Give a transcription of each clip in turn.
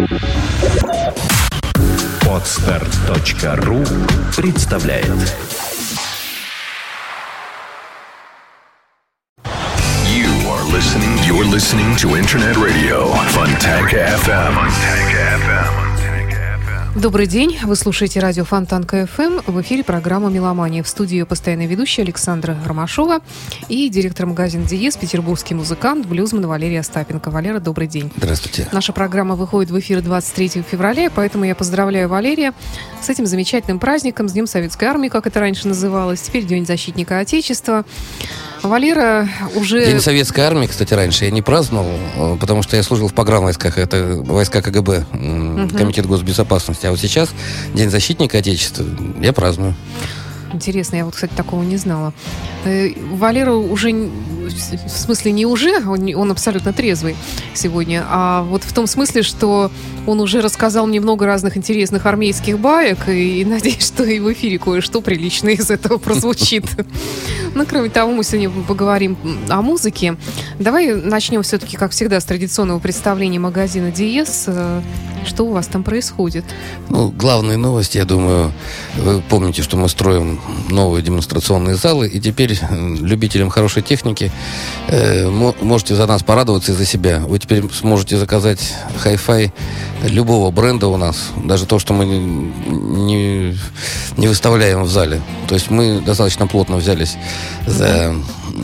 Podstart.ru представляет. You're listening to Internet Radio Fontanka FM. Добрый день, вы слушаете радио Фонтанка ФМ. В эфире программа «Меломания». В студии постоянная ведущая Александра Ромашова и директор магазина «Диез», петербургский музыкант, блюзман Валерий Остапенко. Валера, добрый день. Здравствуйте. Наша программа выходит в эфир 23 февраля, поэтому я поздравляю Валерия с этим замечательным праздником, с Днем Советской Армии, как это раньше называлось, теперь День защитника Отечества. Валера уже... День Советской Армии, кстати, раньше я не праздновал, потому что я служил в погранвойсках, это войска КГБ, Комитет госбезопасности. А вот сейчас День защитника Отечества я праздную. Интересно, я вот, кстати, такого не знала. Валера уже, в смысле не уже, он абсолютно трезвый сегодня, а вот в том смысле, что он уже рассказал мне много разных интересных армейских баек, и надеюсь, что и в эфире кое-что приличное из этого прозвучит. Но, кроме того, мы сегодня поговорим о музыке. Давай начнем все-таки, как всегда, с традиционного представления магазина «Диез». Что у вас там происходит? Главные новости, я думаю, вы помните, что мы строим новые демонстрационные залы, и теперь любителям хорошей техники можете за нас порадоваться и за себя. Вы теперь сможете заказать хай-фай любого бренда у нас, даже то, что мы не выставляем в зале. То есть мы достаточно плотно взялись за...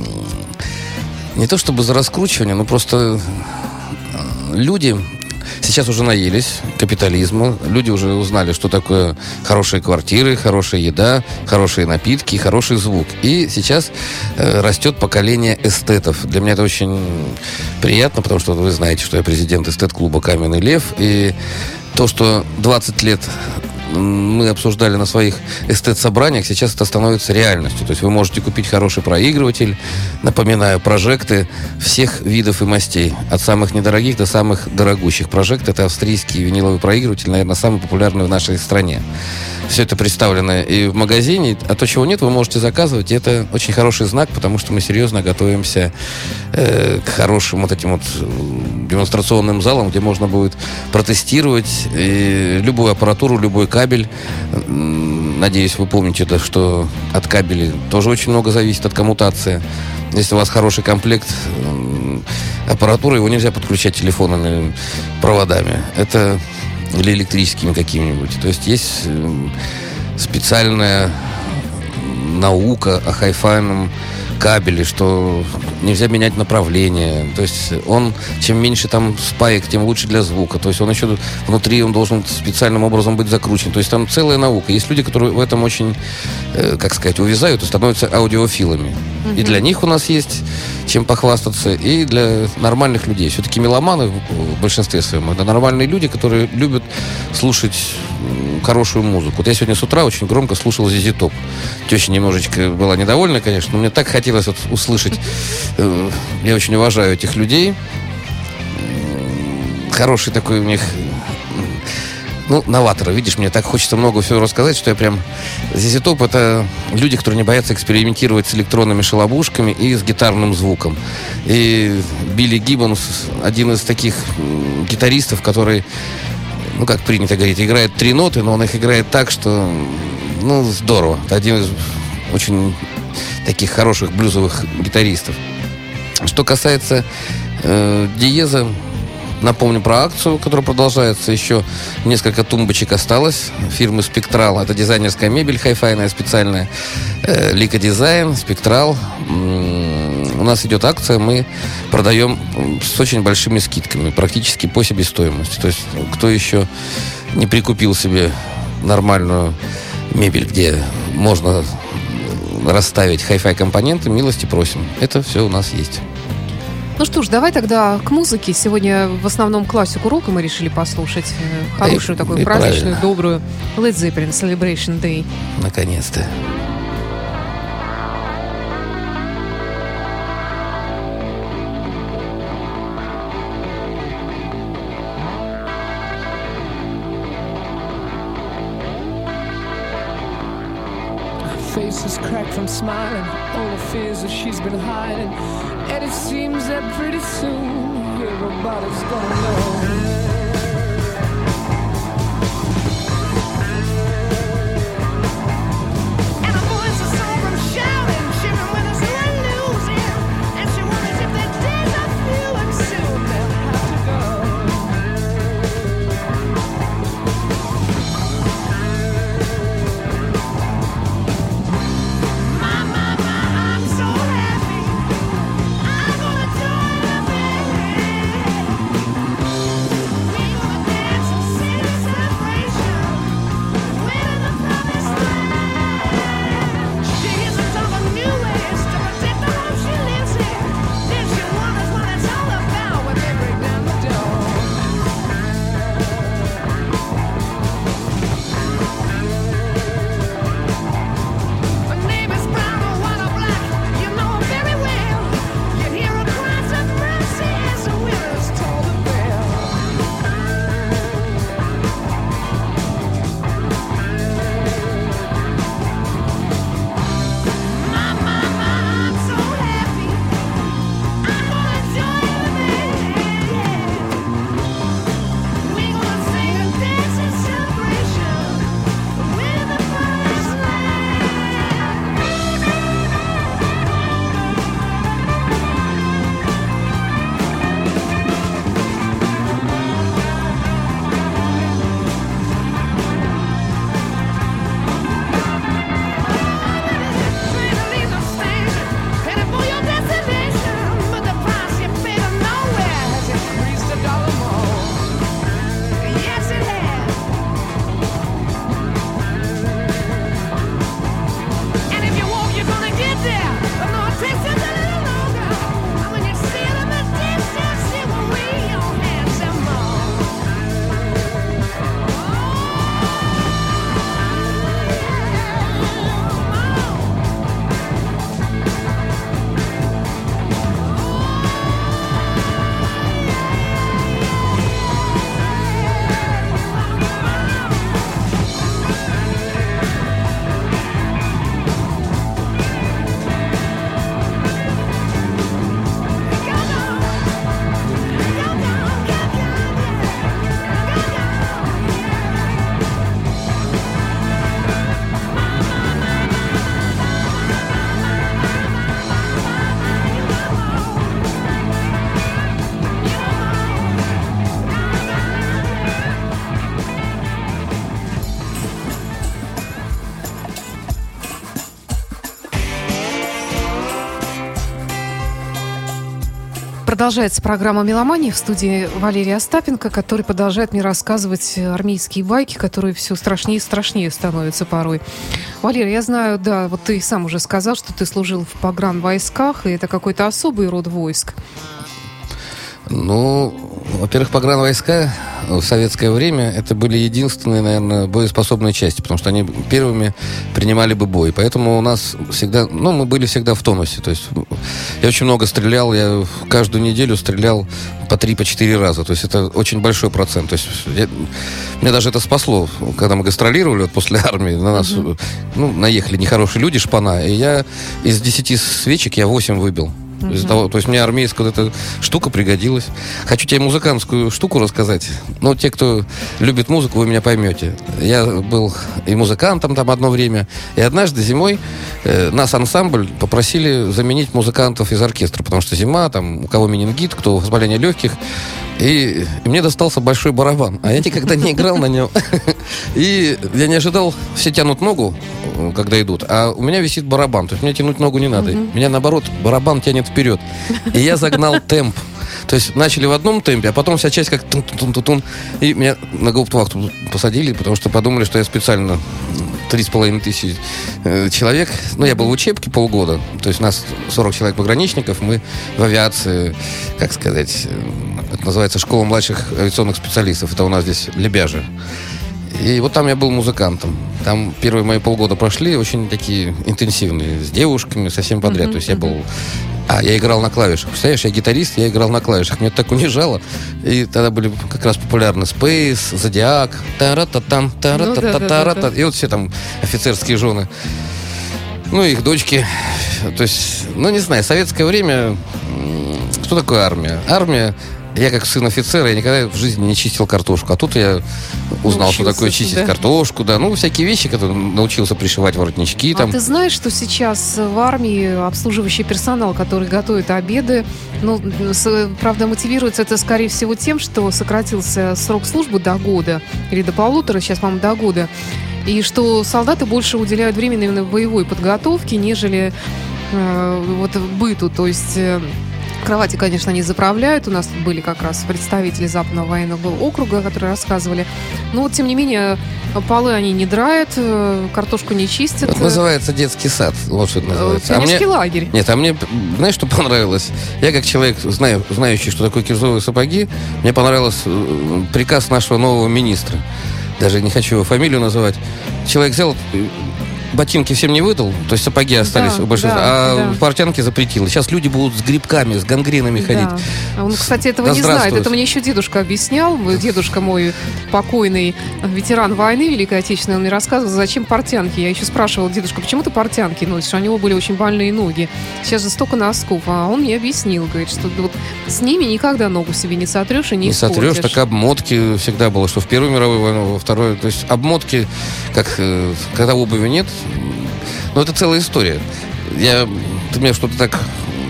Не то чтобы за раскручивание, но просто люди... Сейчас уже наелись капитализма. Люди уже узнали, что такое хорошие квартиры, хорошая еда, хорошие напитки, хороший звук. И сейчас растет поколение эстетов. Для меня это очень приятно, потому что вы знаете, что я президент эстет-клуба «Каменный лев». И то, что 20 лет мы обсуждали на своих эстет-собраниях, сейчас это становится реальностью. То есть вы можете купить хороший проигрыватель, напоминаю, прожекты всех видов и мастей, от самых недорогих до самых дорогущих. Прожект — это австрийский виниловый проигрыватель, наверное, самый популярный в нашей стране. Все это представлено и в магазине, а то, чего нет, вы можете заказывать. И это очень хороший знак, потому что мы серьезно готовимся к хорошим вот этим вот демонстрационным залам, где можно будет протестировать любую аппаратуру, любой кабель. Надеюсь, вы помните, что от кабелей тоже очень много зависит от коммутации. Если у вас хороший комплект аппаратуры, его нельзя подключать телефонными проводами. Это или электрическими какими-нибудь. То есть есть специальная наука о хай-файном кабеле, что нельзя менять направление. То есть чем меньше там спаек, тем лучше для звука. То есть он еще внутри, он должен специальным образом быть закручен. То есть там целая наука. Есть люди, которые в этом очень, увязают и становятся аудиофилами. И для них у нас есть чем похвастаться, и для нормальных людей. Все-таки меломаны в большинстве своем — это нормальные люди, которые любят слушать хорошую музыку. Вот я сегодня с утра очень громко слушал ZZ Top. Теща немножечко была недовольна, конечно, но мне так хотелось услышать. Я очень уважаю этих людей. Хороший такой у них... новаторы. Видишь, мне так хочется много всего рассказать, что я прям... ZZ Top — это люди, которые не боятся экспериментировать с электронными шалобушками и с гитарным звуком. И Билли Гиббонс — один из таких гитаристов, который, как принято говорить, играет 3 ноты, но он их играет так, что, здорово. Это один из очень таких хороших блюзовых гитаристов. Что касается Диеза, напомню про акцию, которая продолжается. Еще несколько тумбочек осталось. Фирмы «Спектрал». Это дизайнерская мебель хай-файная специальная. Лика Дизайн, «Спектрал». У нас идет акция. Мы продаем с очень большими скидками. Практически по себестоимости. То есть кто еще не прикупил себе нормальную мебель, где можно расставить хай-фай компоненты, милости просим. Это все у нас есть. Ну что ж, давай тогда к музыке. Сегодня в основном классику рока мы решили послушать. Хорошую такую праздничную, правильно, добрую. Led Zeppelin, Celebration Day. Наконец-то. Face is cracked from smiling, all the fears that she's been hiding, and it seems that pretty soon everybody's gonna know. Продолжается программа «Меломания». В студии Валерий Остапенко, который продолжает мне рассказывать армейские байки, которые все страшнее и страшнее становятся порой. Валерий, я знаю, да, вот ты сам уже сказал, что ты служил в погранвойсках, и это какой-то особый род войск. Ну, во-первых, погранвойска в советское время это были единственные, наверное, боеспособные части, потому что они первыми принимали бы бой. Поэтому у нас всегда, мы были всегда в тонусе. То есть я очень много стрелял, я каждую неделю стрелял по 3-4 раза. То есть это очень большой процент. То есть мне даже это спасло, когда мы гастролировали после армии, на нас наехали нехорошие люди, шпана, и я из 10 свечек я 8 выбил. То есть мне армейская вот эта штука пригодилась. Хочу тебе музыкантскую штуку рассказать. Но те, кто любит музыку, вы меня поймете. Я был и музыкантом там одно время. И однажды зимой нас ансамбль попросили заменить музыкантов из оркестра. Потому что зима, там у кого менингит, кто воспаление легких. И мне достался большой барабан. А я никогда не играл на нем. И я не ожидал, все тянут ногу, когда идут, а у меня висит барабан. То есть мне тянуть ногу не надо. Меня, наоборот, барабан тянет вперед. И я загнал темп. То есть начали в одном темпе, а потом вся часть как тун-тун-тун-тун. И меня на гауптвахту посадили, потому что подумали, что я специально 3500 человек. Я был в учебке полгода. То есть у нас 40 человек пограничников. Мы в авиации, как сказать, это называется школа младших авиационных специалистов. Это у нас здесь Лебяжи. И вот там я был музыкантом. Там первые мои полгода прошли очень такие интенсивные, с девушками, совсем подряд. То есть я был... я играл на клавишах. Представляешь, я гитарист, я играл на клавишах. Меня это так унижало. И тогда были как раз популярны Space, Зодиак, та-ра-та-там, та-ра-та-та-та-ра-та. И вот все там офицерские жены. Их дочки. То есть, не знаю, советское время... Что такое армия? Армия... Я как сын офицера, я никогда в жизни не чистил картошку. А тут я узнал, что такое чистить картошку. Да, всякие вещи, которые научился пришивать воротнички. А ты знаешь, что сейчас в армии обслуживающий персонал, который готовит обеды, правда, мотивируется это, скорее всего, тем, что сократился срок службы до года, или до 1,5, сейчас, по-моему, до года. И что солдаты больше уделяют времени именно боевой подготовке, нежели быту. То есть... Кровати, конечно, не заправляют. У нас тут были как раз представители Западного военного округа, которые рассказывали. Но, тем не менее, полы они не драят, картошку не чистят. Это называется детский сад. Вот что это называется. Пионерский лагерь. Нет, мне, знаешь, что понравилось? Я, как человек, знающий, что такое кирзовые сапоги, мне понравился приказ нашего нового министра. Даже не хочу его фамилию называть. Человек взял... Ботинки всем не выдал, то есть сапоги остались у большинства, портянки запретил. Сейчас люди будут с грибками, с гангренами ходить. Он, кстати, этого не знает. Это мне еще дедушка объяснял. Дедушка мой, покойный ветеран войны Великой Отечественной, он мне рассказывал, зачем портянки. Я еще спрашивала: дедушка, почему ты портянки носишь? У него были очень больные ноги. Сейчас же столько носков. А он мне объяснил, говорит, что с ними никогда ногу себе не сотрешь и не испортишь. Не сотрешь, так обмотки всегда было, что в Первую мировую войну, во Вторую. То есть обмотки, когда обуви нет. Это целая история. Ты мне что-то так...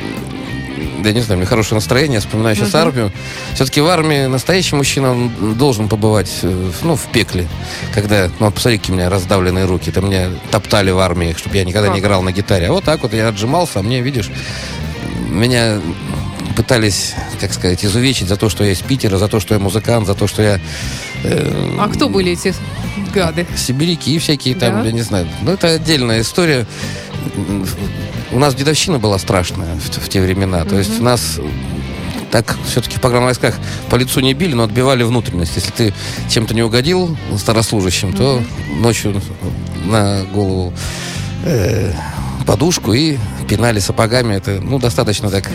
Я не знаю, мне хорошее настроение, я вспоминаю сейчас армию. Все-таки в армии настоящий мужчина, он должен побывать, в пекле. Когда, посмотри, какие у меня раздавленные руки. Там меня топтали в армии, чтобы я никогда не играл на гитаре. А вот так вот я отжимался, а мне, видишь, меня пытались, как сказать, изувечить за то, что я из Питера, за то, что я музыкант, за то, что я... А кто были эти гады? Сибиряки всякие там, я не знаю. Это отдельная история. У нас дедовщина была страшная в те времена. То есть нас так все-таки в погранвойсках по лицу не били, но отбивали внутренность. Если ты чем-то не угодил старослужащим, то ночью на голову подушку и пинали сапогами. Это, достаточно так...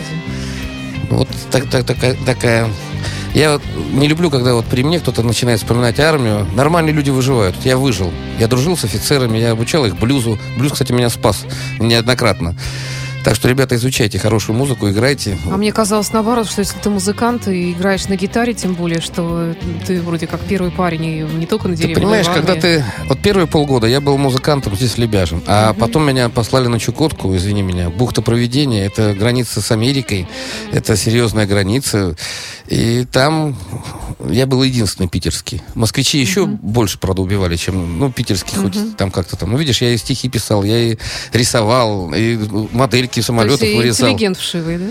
такая... Я не люблю, когда при мне кто-то начинает вспоминать армию. Нормальные люди выживают. Я выжил. Я дружил с офицерами, я обучал их блюзу. Блюз, кстати, меня спас неоднократно. Так что, ребята, изучайте хорошую музыку, играйте. А мне казалось наоборот, что если ты музыкант и играешь на гитаре, тем более, что ты вроде как первый парень, и не только на деревне. Ты понимаешь, когда ты... первые полгода я был музыкантом здесь в Лебяжем, а потом меня послали на Чукотку, извини меня, бухта Провидения, это граница с Америкой, это серьезная граница, и там я был единственный питерский. Москвичи еще больше, правда, убивали, чем, питерские, хоть там как-то там. Видишь, я и стихи писал, я и рисовал, и модельки самолетов вырезал. Интеллигент вшивый, да?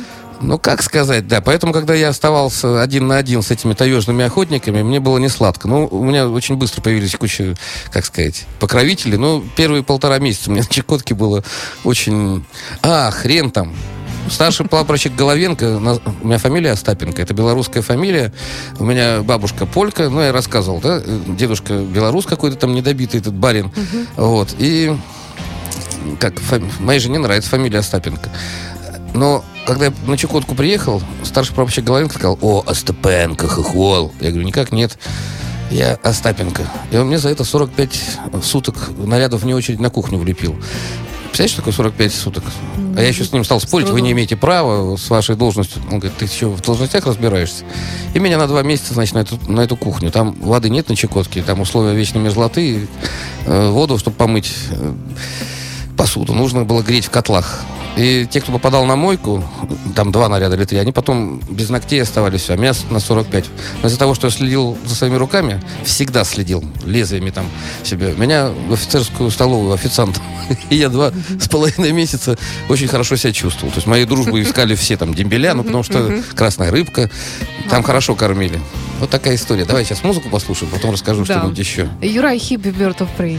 Ну, как сказать, да. Поэтому, когда я оставался один на один с этими таежными охотниками, мне было не сладко. Ну, у меня очень быстро появились куча, как сказать, покровителей. Ну, первые 1,5 месяца у меня на Чукотке было очень... хрен там. Старший прапорщик Головенко, у меня фамилия Остапенко, это белорусская фамилия. У меня бабушка полька, ну, я рассказывал, да, дедушка белорус какой-то там недобитый, этот барин. Вот, и моей жене нравится фамилия Остапенко. Но когда я на Чукотку приехал, старший прапорщик Головенко сказал: «О, Остапенко, хохол». Я говорю: «Никак нет, я Остапенко». И он мне за это 45 суток нарядов вне очередь на кухню влепил. Представляешь, что такое 45 суток? А я еще с ним стал спорить: вы не имеете права с вашей должностью. Он говорит: ты что, в должностях разбираешься? И меня на 2 месяца, значит, на эту кухню. Там воды нет на Чукотке, там условия вечно мерзлоты. Воду, чтобы помыть посуду, нужно было греть в котлах. И те, кто попадал на мойку, там 2 наряда или 3, они потом без ногтей оставались, все, а меня на 45. Но из-за того, что я следил за своими руками, всегда следил лезвиями там себе, меня в офицерскую столовую официантом. И я 2,5 месяца очень хорошо себя чувствовал. То есть мои дружбы искали все там дембеля, ну потому что красная рыбка, там хорошо кормили. Вот такая история. Давай сейчас музыку послушаем, потом расскажу что-нибудь еще. Юрай Хип и Bird of Prey.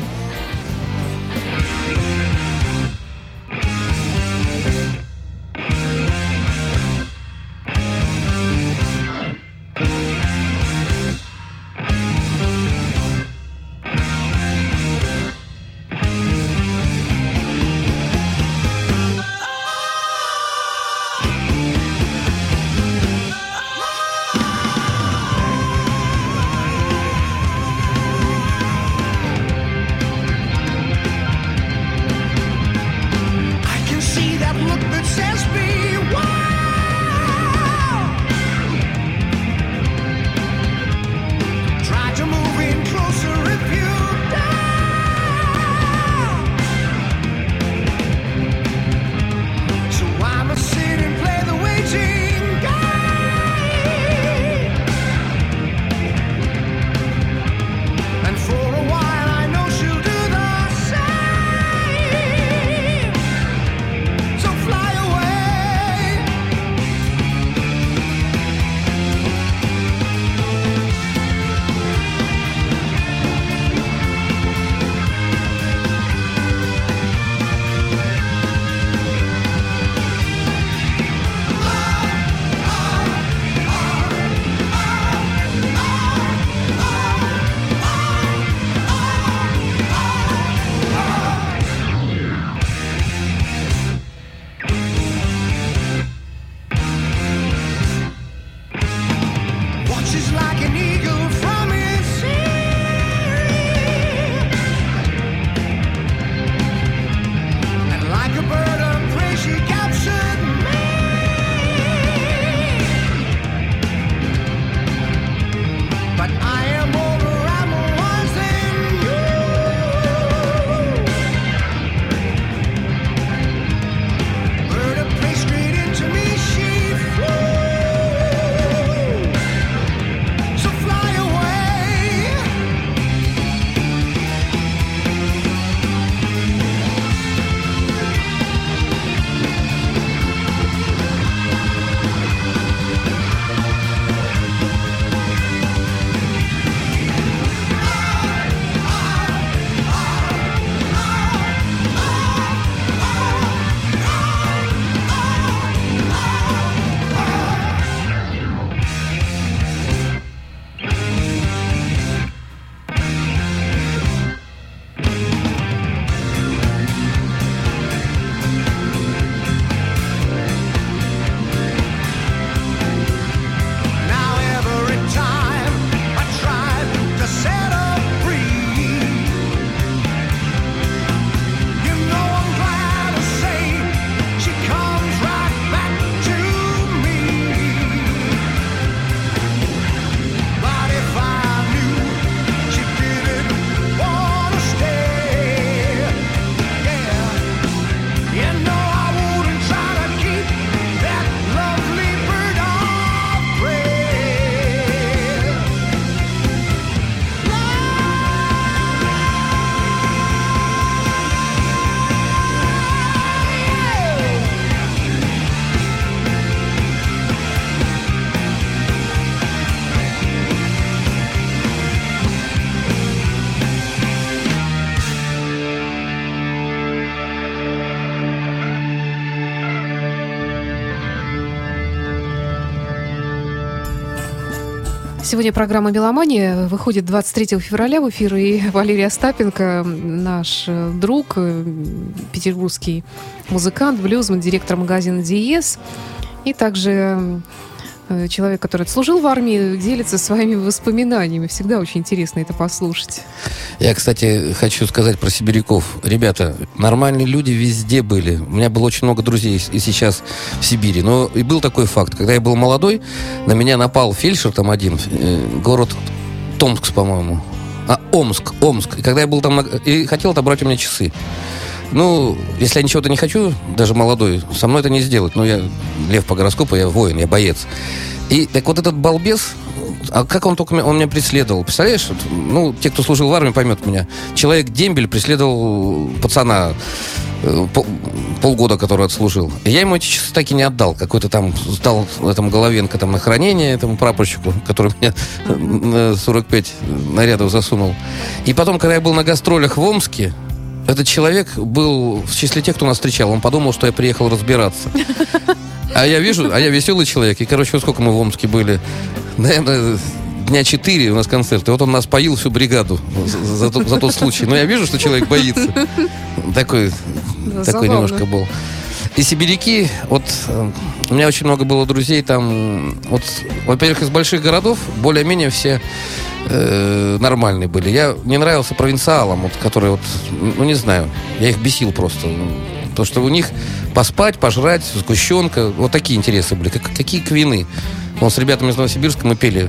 Сегодня программа «Меломания» выходит 23 февраля в эфир, и Валерий Остапенко, наш друг, петербургский музыкант, блюзман, директор магазина «Диез», и также человек, который отслужил в армии, делится своими воспоминаниями. Всегда очень интересно это послушать. Я, кстати, хочу сказать про сибиряков. Ребята, нормальные люди везде были. У меня было очень много друзей и сейчас в Сибири. Но и был такой факт. Когда я был молодой, на меня напал фельдшер там один, город Томск, по-моему. Омск. И когда я был там и хотел отобрать у меня часы. Ну, если я ничего-то не хочу, даже молодой, со мной это не сделать. Ну, я лев по гороскопу, я воин, я боец. И так вот этот балбес, а как он меня преследовал? Представляешь? Ну, те, кто служил в армии, поймет меня. Человек-дембель преследовал пацана полгода, который отслужил. И я ему эти часы так и не отдал. Какой-то там сдал этому Головенко там на хранение, этому прапорщику, который мне 45 нарядов засунул. И потом, когда я был на гастролях в Омске, этот человек был в числе тех, кто нас встречал. Он подумал, что я приехал разбираться. А я веселый человек. И, короче, сколько мы в Омске были? Наверное, дня 4 у нас концерт. И вот он нас поил всю бригаду за тот случай. Но я вижу, что человек боится. Такой немножко был. И сибиряки, вот у меня очень много было друзей там, вот, во-первых, из больших городов более-менее все нормальные были. Я не нравился провинциалам, вот, которые вот, ну не знаю, я их бесил просто. То, что у них поспать, пожрать, сгущенка, вот такие интересы были. Какие квины. Вот с ребятами из Новосибирска мы пели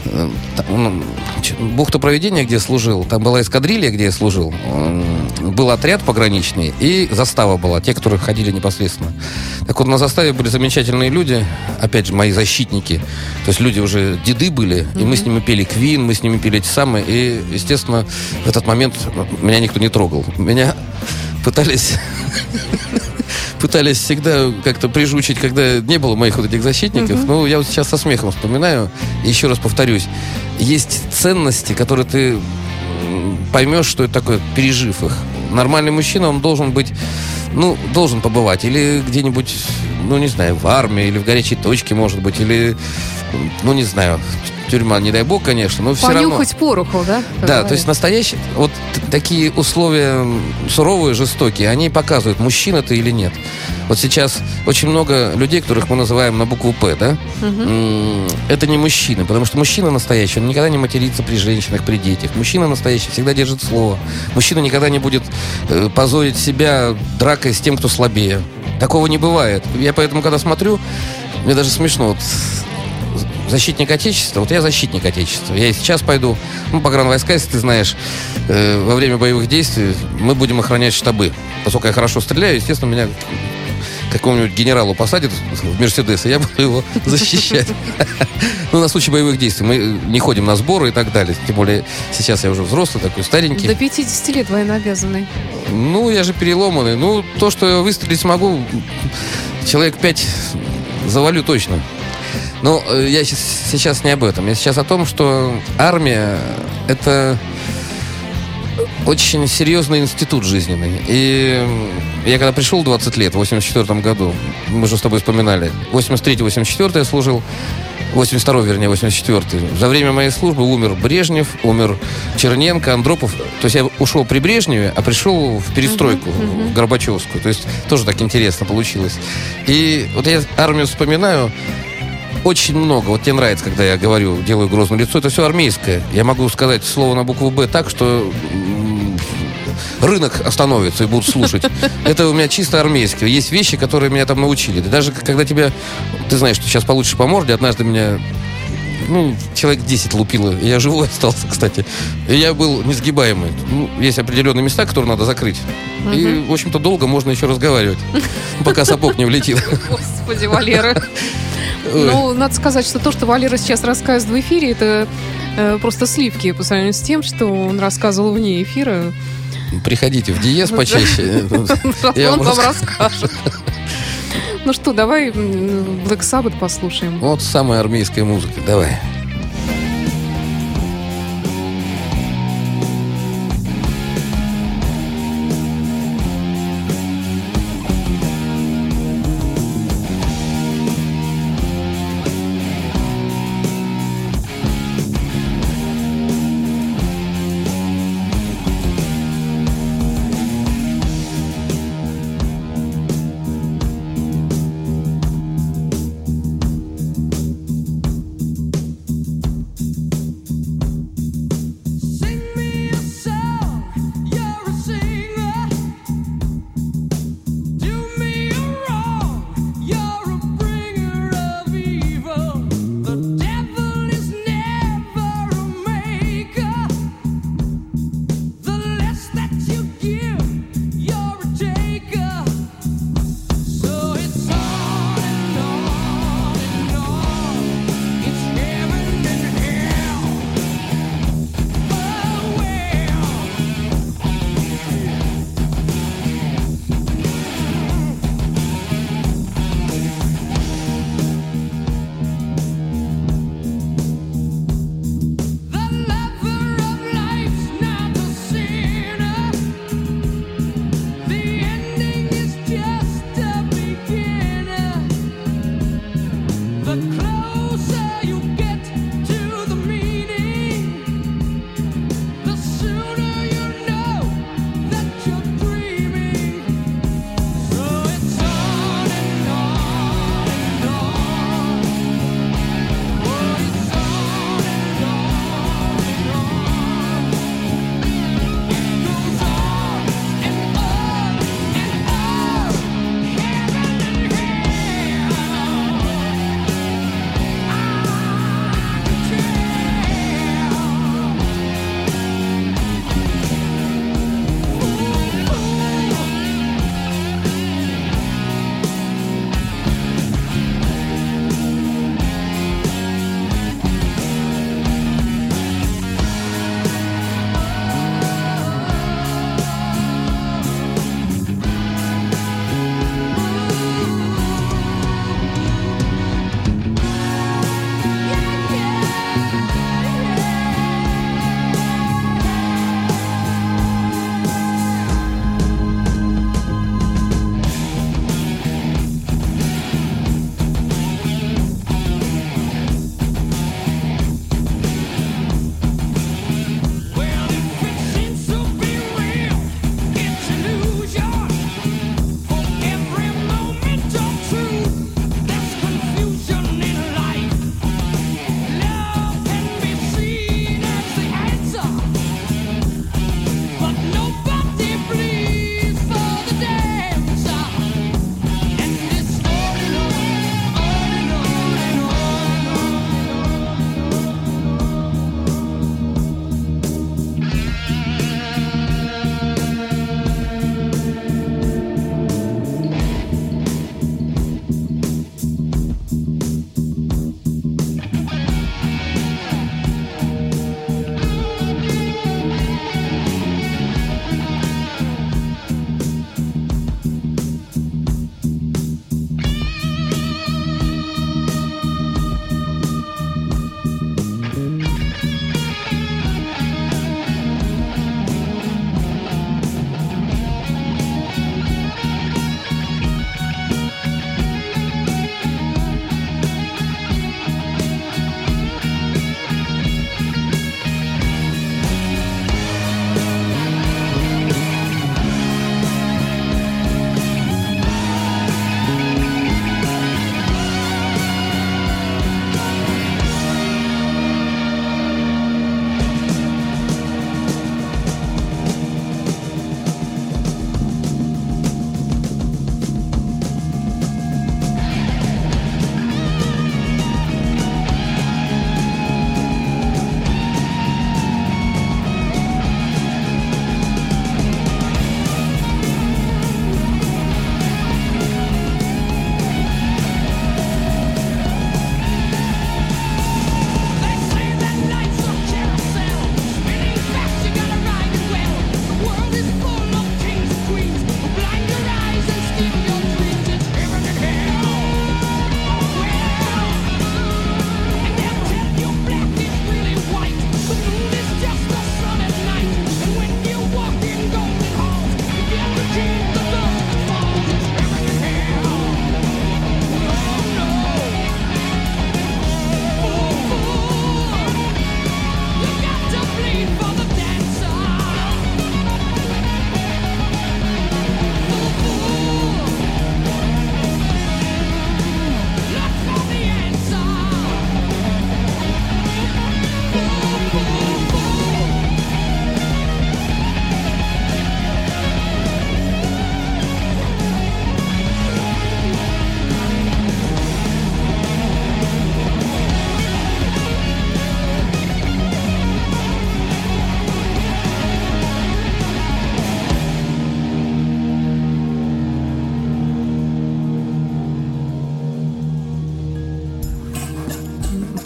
бухта Провидения, где я служил. Там была эскадрилья, где я служил. Был отряд пограничный и застава была, те, которые ходили непосредственно. Так вот, на заставе были замечательные люди, опять же, мои защитники. То есть люди уже деды были, и мы с ними пели Квин, мы с ними пели эти самые. И, естественно, в этот момент меня никто не трогал. Меня пытались всегда как-то прижучить, когда не было моих вот этих защитников. Ну, я вот сейчас со смехом вспоминаю. И еще раз повторюсь. Есть ценности, которые ты поймешь, что это такое, пережив их. Нормальный мужчина, он должен быть, ну, должен побывать. Или где-нибудь, ну, не знаю, в армии, или в горячей точке, может быть, или, ну, не знаю, тюрьма, не дай бог, конечно, но все равно. Понюхать пороху, да? Да, то есть настоящие, вот такие условия суровые, жестокие, они показывают, мужчина ты или нет. Вот сейчас очень много людей, которых мы называем на букву «П», да? Это не мужчины, потому что мужчина настоящий, он никогда не матерится при женщинах, при детях. Мужчина настоящий всегда держит слово. Мужчина никогда не будет позорить себя дракой с тем, кто слабее. Такого не бывает. Я поэтому, когда смотрю, мне даже смешно. Вот, защитник Отечества. Вот я защитник Отечества. Я и сейчас пойду, погранвойска, если ты знаешь, во время боевых действий мы будем охранять штабы. Поскольку я хорошо стреляю, естественно, меня какому-нибудь генералу посадят в Мерседес, и я буду его защищать. Ну, на случай боевых действий. Мы не ходим на сборы и так далее. Тем более, сейчас я уже взрослый, такой старенький. До 50 лет военнообязанный. Ну, я же переломанный. Ну, то, что я выстрелить смогу, человек 5 завалю точно. Но я сейчас не об этом. Я сейчас о том, что армия – это очень серьезный институт жизненный. И я когда пришел 20 лет, в 84 году, мы же с тобой вспоминали, 83-84 я служил, 82-й, вернее, 84-й. За время моей службы умер Брежнев, умер Черненко, Андропов. То есть я ушел при Брежневе, а пришел в перестройку, в Горбачевскую. То есть тоже так интересно получилось. И вот я армию вспоминаю, очень много. Вот тебе нравится, когда я говорю, делаю грозное лицо. Это все армейское. Я могу сказать слово на букву «Б» так, что рынок остановится и будут слушать. Это у меня чисто армейское. Есть вещи, которые меня там научили. Даже когда тебя... Ты знаешь, что сейчас получишь по морде. Однажды меня... человек 10 лупило. И я живой остался, кстати. И я был несгибаемый. Есть определенные места, которые надо закрыть. И, в общем-то, долго можно еще разговаривать. Пока сапог не влетит. Господи, Валера. Ну, надо сказать, что то, что Валера сейчас рассказывает в эфире, это просто сливки по сравнению с тем, что он рассказывал вне эфира. Приходите в Диез почаще. Он вам расскажет. Ну что, давай Black Sabbath послушаем. Вот самая армейская музыка. Давай.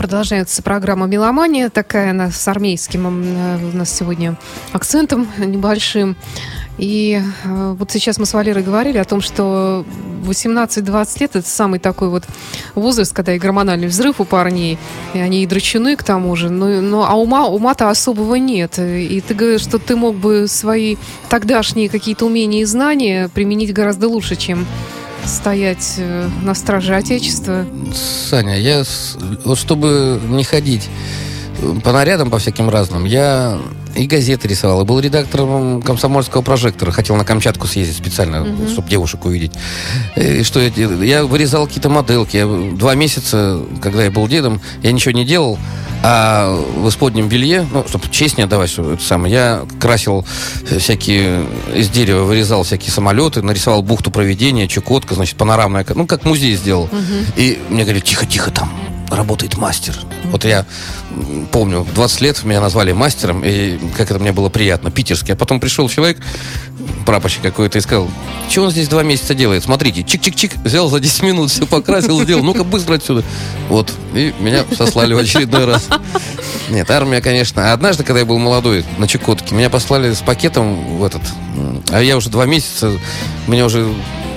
Продолжается программа «Меломания», такая она с армейским у нас сегодня акцентом небольшим. И вот сейчас мы с Валерой говорили о том, что 18-20 лет – это самый такой вот возраст, когда и гормональный взрыв у парней, и они и дрочуны к тому же, а ума-то особого нет. И ты говоришь, что ты мог бы свои тогдашние какие-то умения и знания применить гораздо лучше, чем стоять на страже Отечества. Саня, вот чтобы не ходить по нарядам, по всяким разным, я и газеты рисовал, и был редактором «Комсомольского прожектора». Хотел на Камчатку съездить специально, чтобы девушек увидеть. И что я делал? Я вырезал какие-то моделки. 2 месяца, когда я был дедом, я ничего не делал. А в исподнем белье, чтобы честь не отдавать, что это самое, я красил всякие из дерева, вырезал всякие самолеты, нарисовал бухту Провидения, Чукотка, значит, панорамная, как музей сделал. И мне говорят, тихо, там работает мастер. Вот я помню, 20 лет меня назвали мастером, и как это мне было приятно, питерский. А потом пришел человек, прапорщик какой-то, и сказал, что он здесь 2 месяца делает? Смотрите, чик-чик-чик, взял за 10 минут, все покрасил, сделал, ну-ка быстро отсюда. Вот, и меня сослали в очередной раз. Нет, армия, конечно. А однажды, когда я был молодой, на Чукотке, меня послали с пакетом в этот, а я уже 2 месяца, меня уже,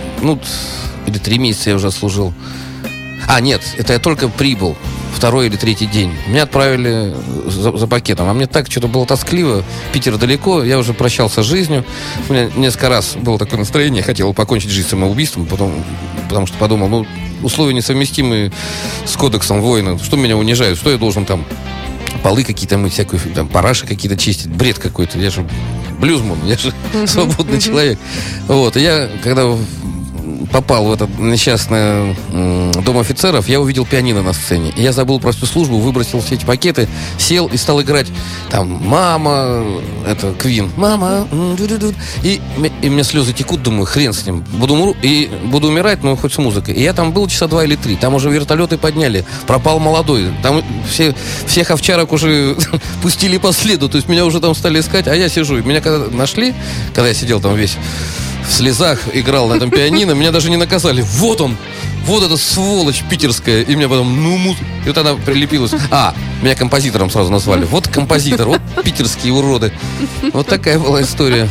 или 3 месяца я уже отслужил. Нет, это я только прибыл, 2-й или 3-й день. Меня отправили за пакетом. А мне так что-то было тоскливо. Питер далеко, я уже прощался с жизнью. У меня несколько раз было такое настроение. Я хотел покончить жизнь самоубийством, потому что подумал, условия несовместимые с кодексом воина. Что меня унижают? Что я должен там полы какие-то мыть, всякую, там, параши какие-то чистить? Бред какой-то. Я же блюзман, я же свободный человек. Вот, и я, когда попал в этот несчастный дом офицеров, я увидел пианино на сцене. И я забыл про всю службу, выбросил все эти пакеты, сел и стал играть там «Мама», это Квин, «Мама», и у меня слезы текут, думаю, хрен с ним. Буду умирать, но хоть с музыкой. И я там был часа 2 или 3. Там уже вертолеты подняли. Пропал молодой. Там всех овчарок уже пустили по следу. То есть меня уже там стали искать, а я сижу. И меня когда нашли, когда я сидел там весь в слезах, играл на этом пианино, меня даже не наказали. Вот он! Вот эта сволочь питерская. И меня потом, и вот она прилепилась. Меня композитором сразу назвали. Вот композитор, вот питерские уроды. Вот такая была история.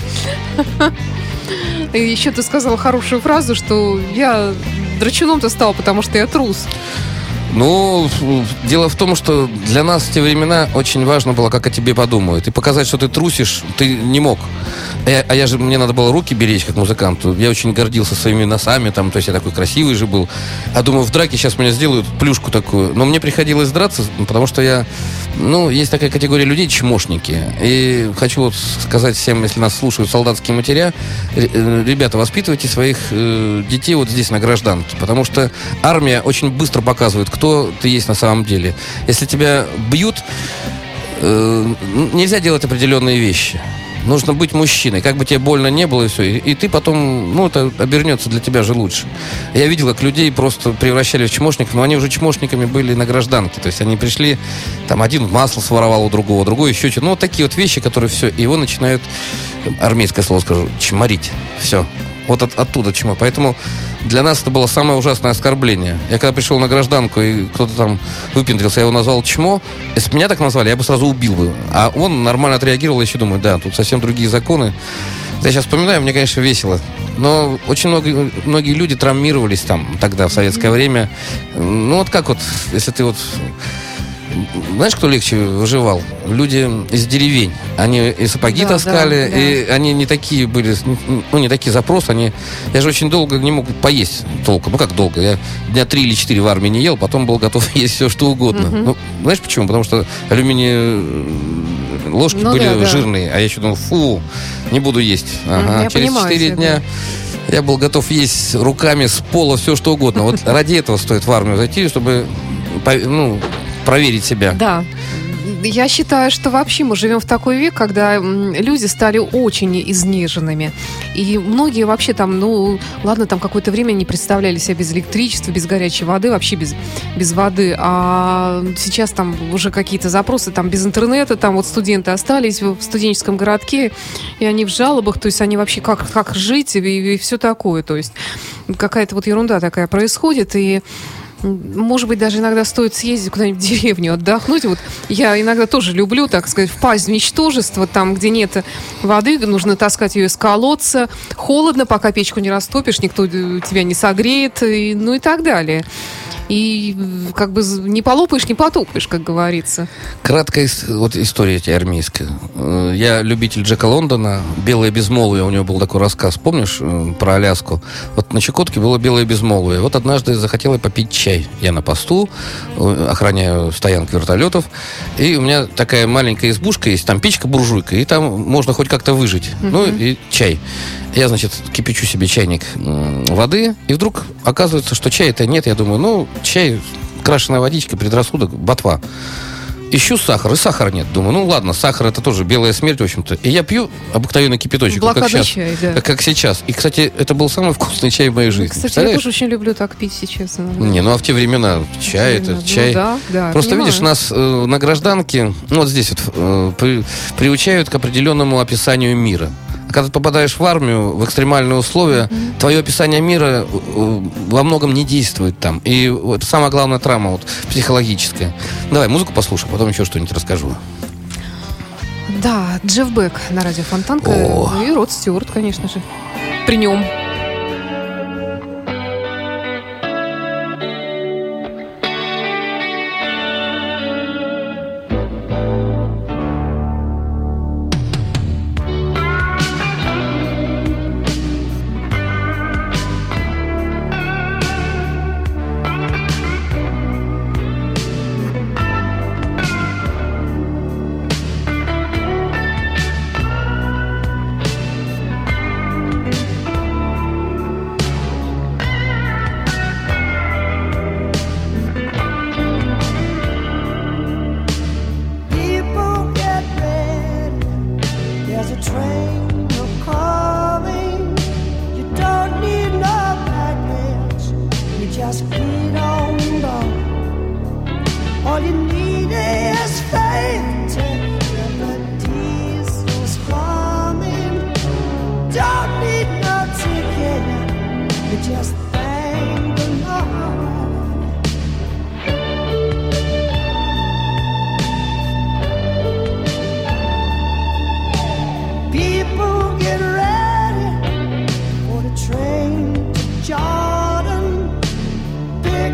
И еще ты сказал хорошую фразу, что я драчуном-то стал, потому что я трус. Дело в том, что для нас в те времена очень важно было, как о тебе подумают. И показать, что ты трусишь, ты не мог. Мне надо было руки беречь, как музыканту. Я очень гордился своими носами, то есть я такой красивый же был. А думаю, в драке сейчас меня сделают плюшку такую. Но мне приходилось драться, потому что есть такая категория людей, чмошники. И хочу сказать всем, если нас слушают солдатские матеря, ребята, воспитывайте своих детей вот здесь, на гражданке. Потому что армия очень быстро показывает, кто ты есть на самом деле. Если тебя бьют, нельзя делать определенные вещи. Нужно быть мужчиной, как бы тебе больно не было, и все. И ты потом, это обернется для тебя же лучше. Я видел, как людей просто превращали в чмошников, но они уже чмошниками были на гражданке. То есть они пришли, там один масло своровал у другого, другой еще что-то. Вот такие вот вещи, которые все, и его начинают, армейское слово скажу, чморить. Все. Вот оттуда чмо. Поэтому для нас это было самое ужасное оскорбление. Я когда пришел на гражданку, и кто-то там выпендрился, я его назвал чмо. Если бы меня так назвали, я бы сразу убил бы. А он нормально отреагировал, еще думаю, тут совсем другие законы. Я сейчас вспоминаю, мне, конечно, весело. Но очень многие люди травмировались там тогда, в советское время. Если ты знаешь, кто легче выживал? Люди из деревень. Они и сапоги таскали, и они не такие были, не такие запросы. Я же очень долго не мог поесть толком. Как долго? Я дня 3 или 4 в армии не ел, потом был готов есть все, что угодно. Знаешь почему? Потому что алюминиевые ложки были жирные. А я еще думал, не буду есть. Через 4 дня я был готов есть руками с пола все, что угодно. Вот ради этого стоит в армию зайти, чтобы проверить себя. Да. Я считаю, что вообще мы живем в такой век, когда люди стали очень изнеженными. И многие вообще там, какое-то время не представляли себя без электричества, без горячей воды, вообще без воды. А сейчас там уже какие-то запросы, там без интернета, там вот студенты остались в студенческом городке, и они в жалобах, то есть они вообще как жить и все такое. То есть какая-то вот ерунда такая происходит, и Может быть, даже иногда стоит съездить куда-нибудь в деревню, отдохнуть. Вот я иногда тоже люблю, так сказать, впасть в ничтожество, там, где нет воды, нужно таскать ее из колодца. Холодно, пока печку не растопишь, никто тебя не согреет, ну и так далее. И как бы не полопаешь, не потопаешь, как говорится. Краткая вот история эта армейская. Я любитель Джека Лондона. «Белое безмолвие», у него был такой рассказ, помнишь, про Аляску? Вот на Чукотке было белое безмолвие. Вот однажды захотела попить чай. Я на посту, охраняю стоянку вертолетов. И у меня такая маленькая избушка есть, там печка-буржуйка, и там можно хоть как-то выжить. Ну и чай. Я, значит, кипячу себе чайник воды, и вдруг оказывается, что чая-то нет. Я думаю, ну, чай, крашеная водичка, предрассудок, ботва. Ищу сахар, и сахара нет. Думаю, ну ладно, сахар это тоже белая смерть, в общем-то. И я пью обыкновенный кипяточек, блокадный как сейчас, чай, да. как сейчас. И, кстати, это был самый вкусный чай в моей жизни. Кстати, я тоже очень люблю так пить сейчас. Не, ну а в те времена чай, это чай. Да, Просто понимаю. видишь, нас на гражданке, ну вот здесь вот, приучают к определенному описанию мира. А когда ты попадаешь в армию, в экстремальные условия, твое описание мира во многом не действует там. И это самая главная травма вот, психологическая. Давай музыку послушаем, потом еще что-нибудь расскажу. Да, Джефф Бек на радио Фонтанка. О. Ну и Род Стюарт, конечно же. При нем. Jordan,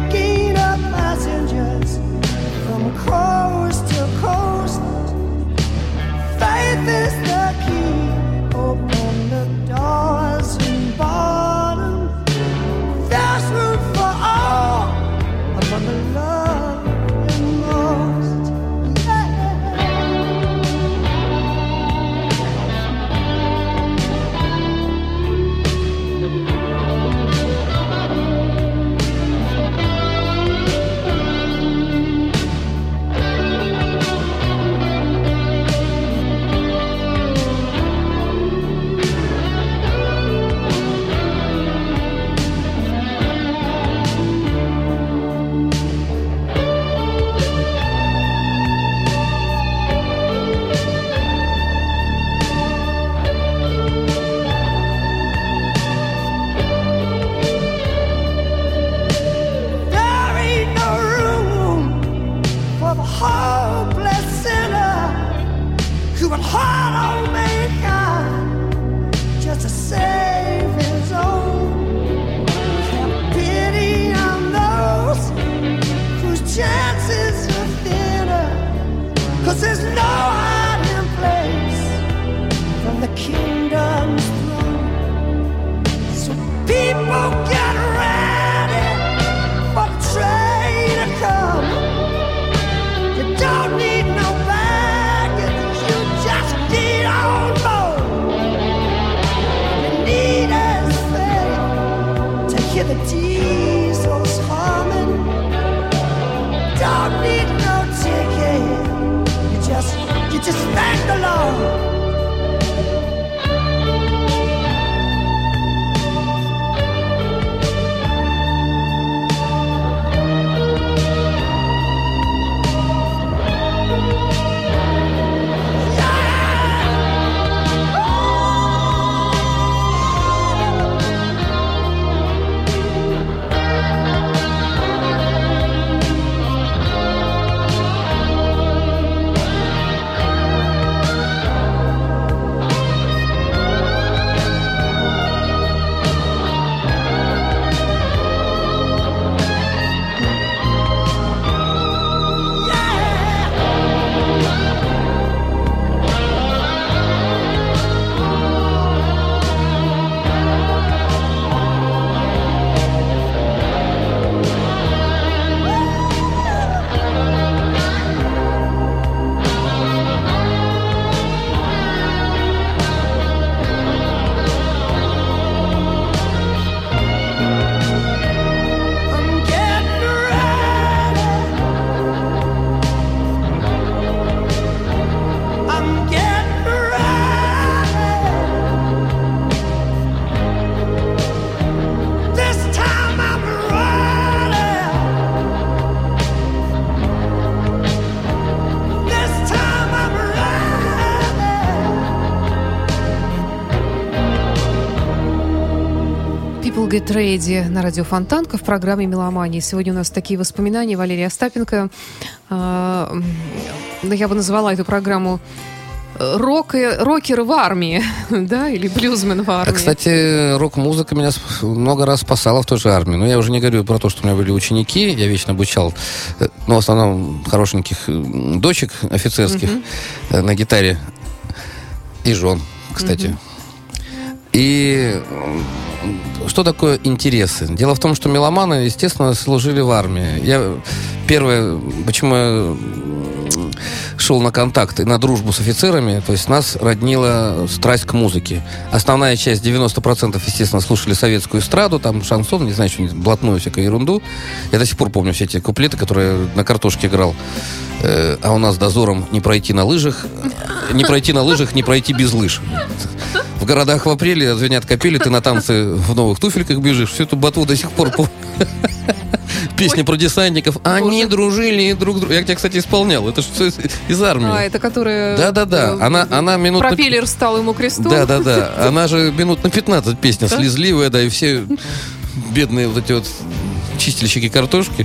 People Get Ready на радио Фонтанка в программе «Меломания». Сегодня у нас такие воспоминания Валерия Остапенко. Я бы назвала эту программу «Рокер в армии», да, или «Блюзмен в армии». Кстати, рок-музыка меня много раз спасала в той же армии. Но я уже не говорю про то, что у меня были ученики. Я вечно обучал, в основном, хорошеньких дочек офицерских на гитаре. И жен, кстати. И что такое интересы? Дело в том, что меломаны, естественно, служили в армии. Первое, почему я шел на контакт и на дружбу с офицерами, то есть нас роднила страсть к музыке. Основная часть, 90%, естественно, слушали советскую эстраду, там шансон, не знаю, что-нибудь, блатную всякую ерунду. Я до сих пор помню все эти куплеты, которые на картошке играл. А у нас дозором не пройти на лыжах, не пройти без лыж. В городах в апреле звенят капели, ты на танцы в новых туфельках бежишь. Всю эту ботву до сих пор помню. Песня про десантников. Они дружили друг другу. Я тебя, кстати, исполнял. Это же все из армии. Это которая... Да-да-да. Она минут... Пропеллер стал ему крестом. Да-да-да. Она же минут на 15 песня слезливая, да, и все бедные вот эти вот чистильщики картошки.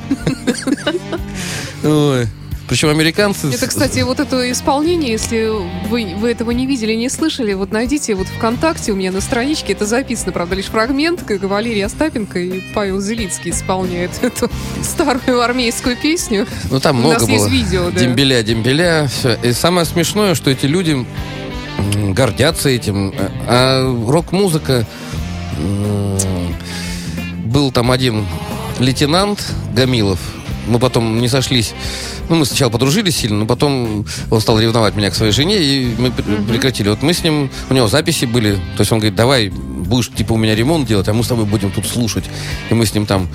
Ой. Причем американцы... Это, кстати, вот это исполнение, если вы этого не видели, не слышали, вот найдите вот ВКонтакте у меня на страничке, это записано, правда, лишь фрагмент, как Валерий Остапенко и Павел Зелицкий исполняют эту старую армейскую песню. Ну, там много было. У нас есть видео, да. Дембеля, все. И самое смешное, что эти люди гордятся этим. А рок-музыка... Был там один лейтенант Гамилов. Мы потом не сошлись. Мы сначала подружились сильно, но потом он стал ревновать меня к своей жене, и мы прекратили. Вот мы с ним, у него записи были, то есть он говорит, давай, будешь типа у меня ремонт делать, а мы с тобой будем тут слушать. И мы с ним там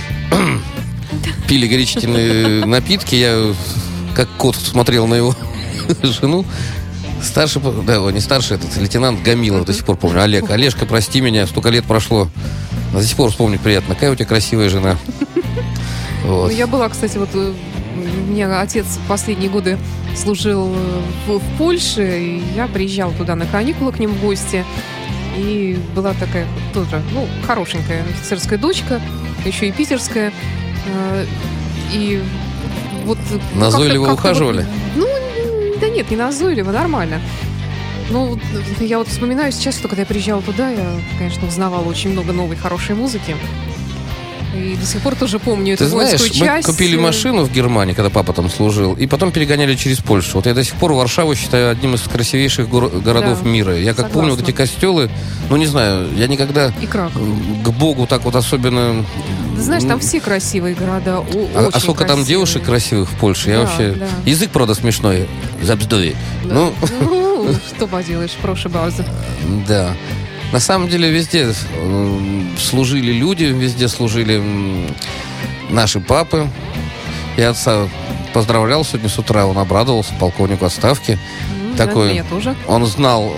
пили горячительные напитки, я как кот смотрел на его жену. Старший, да, не старший, этот лейтенант Гамилов, до сих пор помню. Олежка, прости меня, столько лет прошло. До сих пор вспомнить приятно. Какая у тебя красивая жена. Вот. Я была, кстати, вот у меня отец последние годы служил в Польше, и я приезжала туда на каникулы к ним в гости. И была такая тоже, хорошенькая офицерская дочка, еще и питерская. И вот... Назойливо ухаживали? Да нет, не назойливо, нормально. Я вот вспоминаю сейчас, что когда я приезжала туда, я, конечно, узнавала очень много новой хорошей музыки. И до сих пор тоже помню эту воинскую часть. Ты знаешь, мы купили машину в Германии, когда папа там служил, и потом перегоняли через Польшу. Вот я до сих пор Варшаву считаю одним из красивейших городов мира. Я как помню вот эти костелы, не знаю, я никогда к Богу так вот особенно... Ты знаешь, там все красивые города, А сколько там девушек красивых в Польше? Я вообще... Язык, правда, смешной. Забздуй. Что поделаешь, прошу базы. Да. На самом деле везде служили люди, везде служили наши папы. Я отца поздравлял сегодня с утра, он обрадовался полковнику отставки. Такой, меня тоже. Он знал,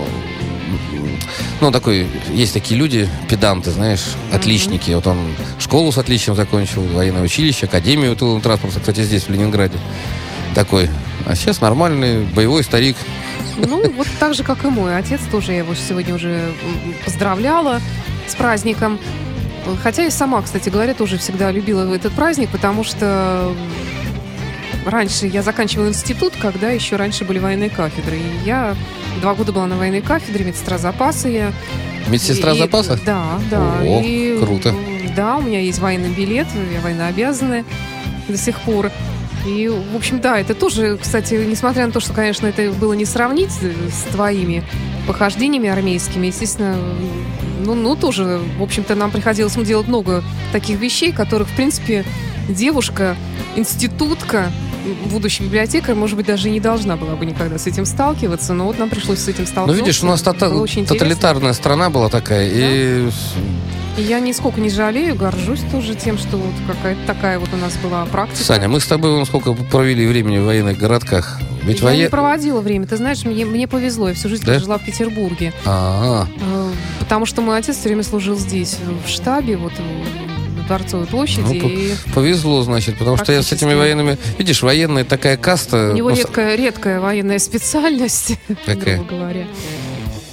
есть такие люди, педанты, знаешь, отличники. Вот он школу с отличием закончил, военное училище, академию тылового транспорта, кстати, здесь, в Ленинграде. Такой, а сейчас нормальный боевой старик. Вот так же, как и мой отец, тоже я его сегодня уже поздравляла с праздником. Хотя и сама, кстати говоря, тоже всегда любила этот праздник, потому что раньше я заканчивала институт, когда еще раньше были военные кафедры. И я 2 года была на военной кафедре, медсестра запаса я. Медсестра запаса? Да. О, круто. Да, у меня есть военный билет, я военнообязанная до сих пор. И, в общем, да, это тоже, кстати, несмотря на то, что, конечно, это было не сравнить с твоими похождениями армейскими, естественно, тоже, в общем-то, нам приходилось делать много таких вещей, которых, в принципе, девушка, институтка, будущий библиотекарь, может быть, даже и не должна была бы никогда с этим сталкиваться, но вот нам пришлось с этим сталкиваться. Видишь, у нас тоталитарная страна была такая, и... И я нисколько не жалею, горжусь тоже тем, что вот какая-то такая вот у нас была практика. Саня, мы с тобой сколько провели времени в военных городках. Ведь я не проводила время. Ты знаешь, мне повезло. Я всю жизнь жила в Петербурге. Потому что мой отец все время служил здесь, в штабе, вот на Дворцовой площади. Повезло, значит, потому что я с этими военными... Видишь, военная такая каста... У него редкая военная специальность, грубо говоря.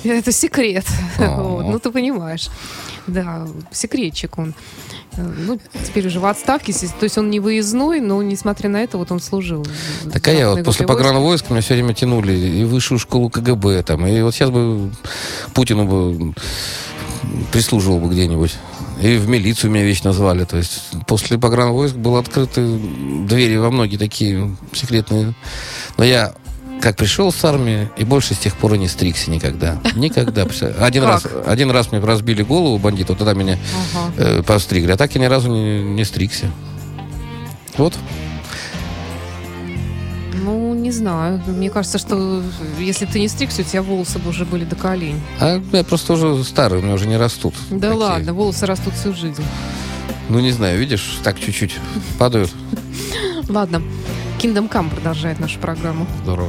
Это секрет. О. Вот, ну, ты понимаешь. Да, секретчик он. Ну, теперь уже в отставке, то есть он не выездной, но, несмотря на это, вот он служил. Так а я вот после погранвойска меня все время тянули и в высшую школу КГБ там. И вот сейчас бы Путину бы прислуживал бы где-нибудь. И в милицию меня вечно звали. То есть после погранвойск были открыты двери во многие такие секретные. Но я как пришел с армии, и больше с тех пор и не стригся никогда. Никогда. Один раз мне разбили голову бандиту, тогда меня постригли. А так я ни разу не стригся. Вот. Ну, не знаю. Мне кажется, что если бы ты не стригся, у тебя волосы бы уже были до колен. А я просто уже старый, у меня уже не растут. Да такие. Ладно, волосы растут всю жизнь. Ну, не знаю, видишь, так чуть-чуть падают. Ладно. Kingdom Come продолжает нашу программу. Здорово.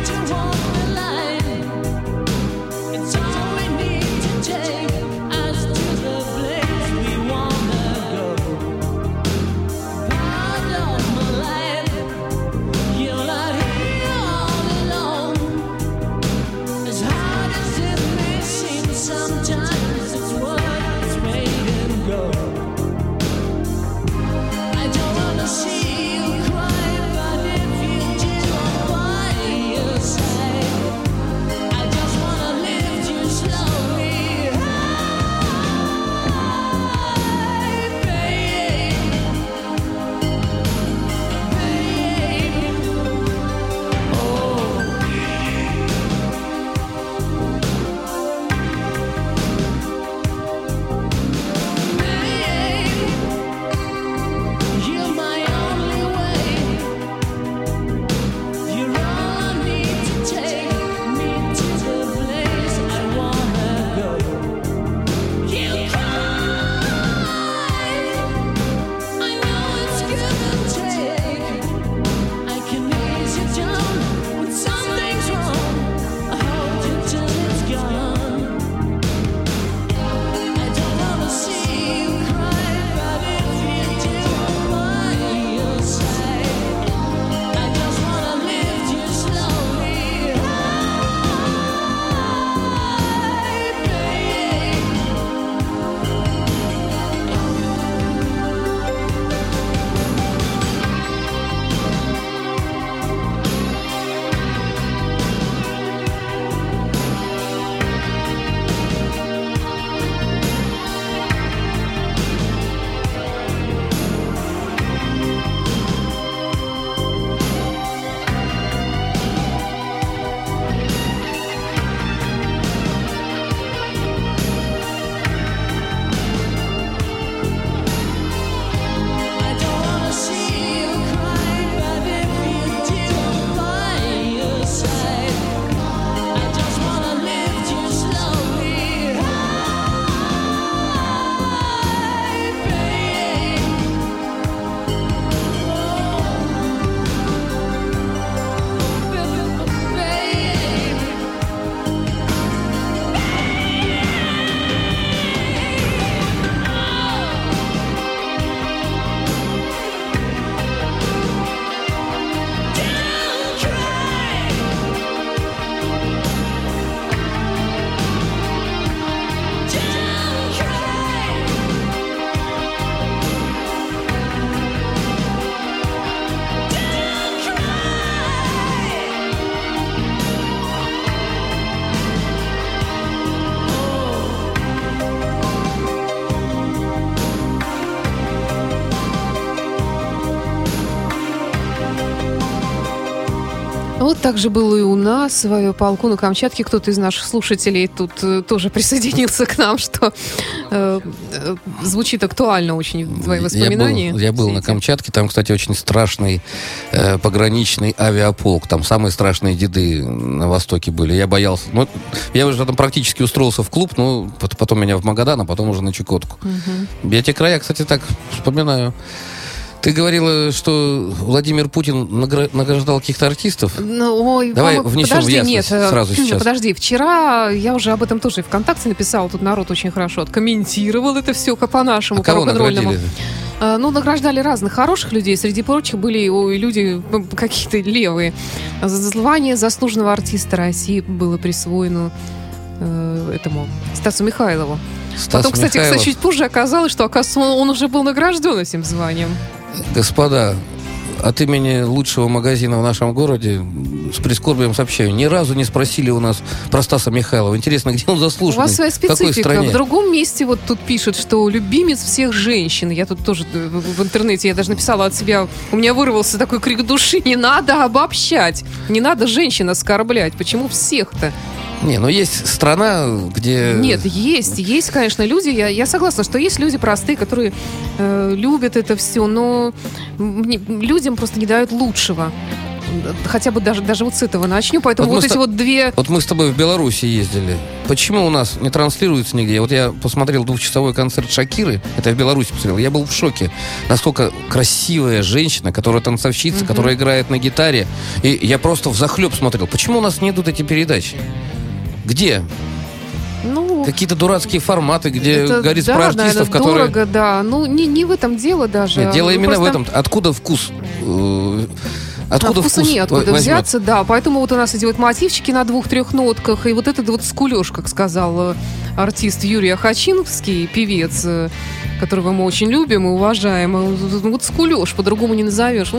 It's all we need to take as Вот так же было и у нас в авиаполку на Камчатке. Кто-то из наших слушателей тут тоже присоединился к нам, что звучит актуально очень твои воспоминания. Я был на Камчатке, там, кстати, очень страшный пограничный авиаполк. Там самые страшные деды на Востоке были. Я боялся. Ну, я уже там практически устроился в клуб, но потом меня в Магадан, а потом уже на Чукотку. Угу. Я те края, кстати, так вспоминаю. Ты говорила, что Владимир Путин награждал каких-то артистов. Давай внесем в ясность сразу сейчас. Подожди, вчера я уже об этом тоже и ВКонтакте написала. Тут народ очень хорошо откомментировал это все по-нашему, по рок-н-ролльному. Награждали разных хороших людей. Среди прочих были и люди какие-то левые. Звание заслуженного артиста России было присвоено этому Стасу Михайлову. Потом, кстати, чуть позже оказалось, что, оказывается, он уже был награжден этим званием. Господа, от имени лучшего магазина в нашем городе с прискорбием сообщаю, ни разу не спросили у нас про Стаса Михайлова. Интересно, где он заслуженный? У вас своя специфика. В другом месте вот тут пишут, что любимец всех женщин. Я тут тоже в интернете, я даже написала от себя, у меня вырвался такой крик души: не надо обобщать, не надо женщин оскорблять. Почему всех-то? Не, но есть страна, где... Нет, есть, конечно, люди, я согласна, что есть люди простые, которые любят это все, но людям просто не дают лучшего. Хотя бы даже вот с этого начнем, поэтому вот эти вот две... Вот мы с тобой в Беларуси ездили. Почему у нас не транслируется нигде? Вот я посмотрел 2-часовой концерт Шакиры, это я в Беларуси посмотрел, я был в шоке. Насколько красивая женщина, которая танцовщица, которая играет на гитаре. И я просто взахлеб смотрел. Почему у нас не идут эти передачи? Где? Какие-то дурацкие форматы, где говорит про артистов, которые... Дорого, да. Не в этом дело даже. Нет, дело именно в этом. Откуда вкус? Откуда вкусу неоткуда взяться, да. Поэтому вот у нас эти вот мотивчики на 2-3 нотках, и вот этот вот скулёж, как сказал артист Юрий Ахачинский, певец, которого мы очень любим и уважаем. Вот скулёж, по-другому не назовешь.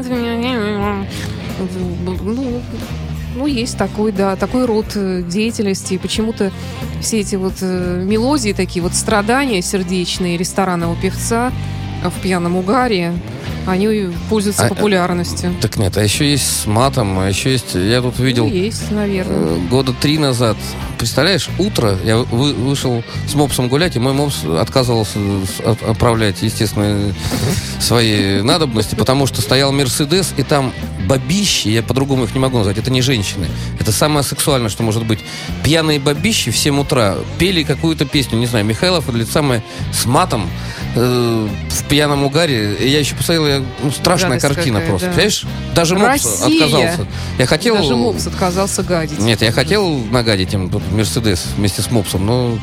Есть такой, да, такой род деятельности. И почему-то все эти вот мелодии, такие вот страдания сердечные ресторанного певца в пьяном угаре, они пользуются популярностью. Так нет, а еще есть с матом, а еще есть, я тут видел... есть, наверное. Года 3 назад. Представляешь, утро, я вышел с мопсом гулять, и мой мопс отказывался отправлять, естественно, свои надобности, потому что стоял Мерседес, и там бабищи, я по-другому их не могу назвать, это не женщины. Это самое сексуальное, что может быть. Пьяные бабищи в 7 утра пели какую-то песню, не знаю, Михайлов или самое, с матом, в пьяном угаре. Я еще посмотрел, страшная картина просто. Да. Понимаешь? Даже мопс отказался. Даже мопс отказался гадить. Нет, я хотел нагадить им Мерседес вместе с мопсом, но...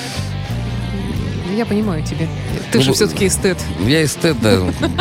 Я понимаю тебя. Ты же все-таки эстет. Я эстет, да.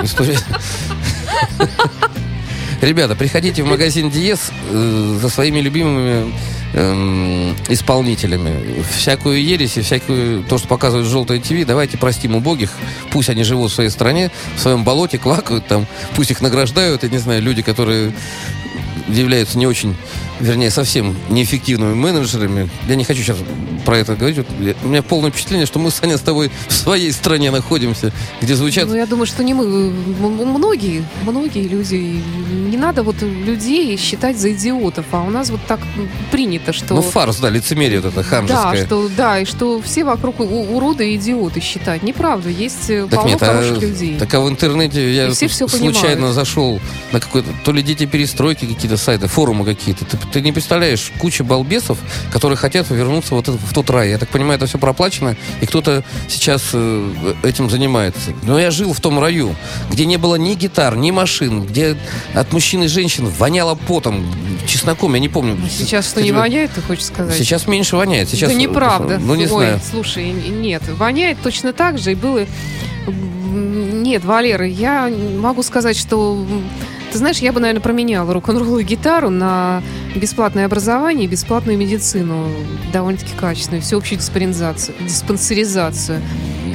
Ребята, приходите в магазин Диез за своими любимыми исполнителями. Всякую ересь и всякую то, что показывает желтое ТВ, давайте простим убогих. Пусть они живут в своей стране, в своем болоте, квакают там. Пусть их награждают, я не знаю, люди, которые являются не очень, вернее, совсем неэффективными менеджерами. Я не хочу сейчас про это говорить. Вот у меня полное впечатление, что мы, Саня, с тобой в своей стране находимся, где звучат... Я думаю, что не мы. Многие люди. Не надо вот людей считать за идиотов. А у нас вот так принято, что... фарс, да, лицемерие вот это хамжеское. И что все вокруг уроды и идиоты считать. Неправда. Есть полно хороших людей. Так, а в интернете я случайно зашел на какой-то... То ли дети перестройки, какие-то сайты, форумы какие-то. Ты не представляешь, куча балбесов, которые хотят вернуться вот в тот рай. Я так понимаю, это все проплачено, и кто-то сейчас этим занимается. Но я жил в том раю, где не было ни гитар, ни машин, где от мужчин и женщин воняло потом, чесноком, я не помню. Сейчас что, не воняет, ты хочешь сказать? Сейчас меньше воняет. Сейчас, да неправда. Не знаю. Слушай, нет, воняет точно так же, и было... Нет, Валера, я могу сказать, что... Ты знаешь, я бы, наверное, променяла рок-н-ролл и гитару на бесплатное образование и бесплатную медицину, довольно-таки качественную, всеобщую диспансеризацию.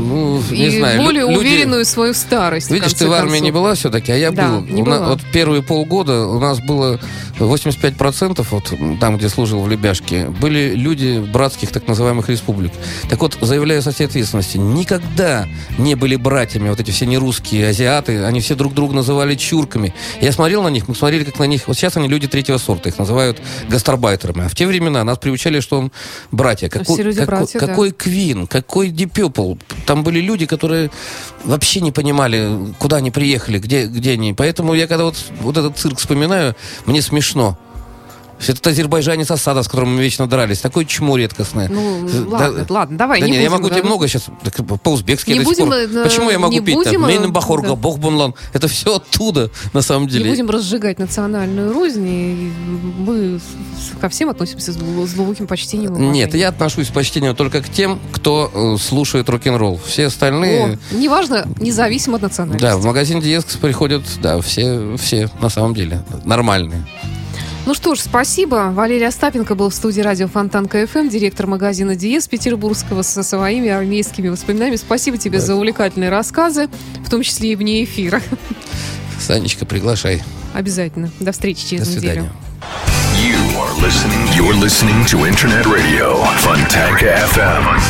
и знаю. более уверенную свою старость. Видишь, ты в армии не была все-таки, а я был. Не была. Вот первые полгода у нас было 85%, вот там, где служил в Лебяжке, были люди братских так называемых республик. Так вот, заявляю со всей ответственности, никогда не были братьями, вот эти все нерусские азиаты, они все друг друга называли чурками. Я смотрел на них, мы смотрели как на них, вот сейчас они люди третьего сорта, их называют гастарбайтерами. А в те времена нас приучали, что он братья. Какой Квин, какой Deep Purple. Там были люди, которые вообще не понимали, куда они приехали, где они. Поэтому я когда вот этот цирк вспоминаю, мне смешно. Этот азербайджанец Асадов, с которым мы вечно дрались, такое чмо редкостное. Ну, ладно, давай, да не нет, будем. Я могу тебе много сейчас, по-узбекски до сих пор. Почему я могу петь там? Мейн Бахорга, Бохбунлан. Это все оттуда, на самом деле. Не будем разжигать национальную рознь, и мы ко всем относимся с глубоким почтением. Нет, я отношусь с почтением только к тем, кто слушает рок-н-ролл. Все остальные... неважно, независимо от национальности. Да, в магазин Диескс приходят, да, все на самом деле нормальные. Ну что ж, спасибо. Валерий Остапенко был в студии радио Фонтан КФМ, директор магазина Диез петербургского, со своими армейскими воспоминаниями. Спасибо тебе за увлекательные рассказы, в том числе и вне эфира. Санечка, приглашай. Обязательно. До встречи через неделю. You're listening to Internet Radio Fontanka FM.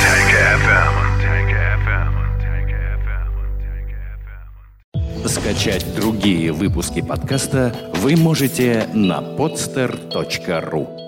Скачать другие выпуски подкаста вы можете на podster.ru.